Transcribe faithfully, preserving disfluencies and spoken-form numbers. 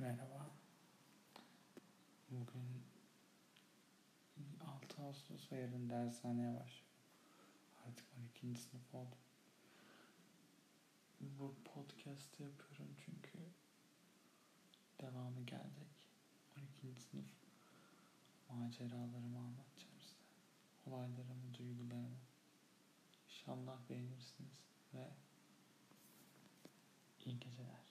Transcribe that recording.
Merhaba. Bugün altı Ağustos ve yarın dershaneye başlıyorum. Artık on ikinci sınıf oldum. Bu podcast'ı yapıyorum çünkü devamı gelecek. on ikinci sınıf maceralarımı anlatacağım size. Olaylarımı, duygularımı. İnşallah beğenirsiniz ve iyi geceler.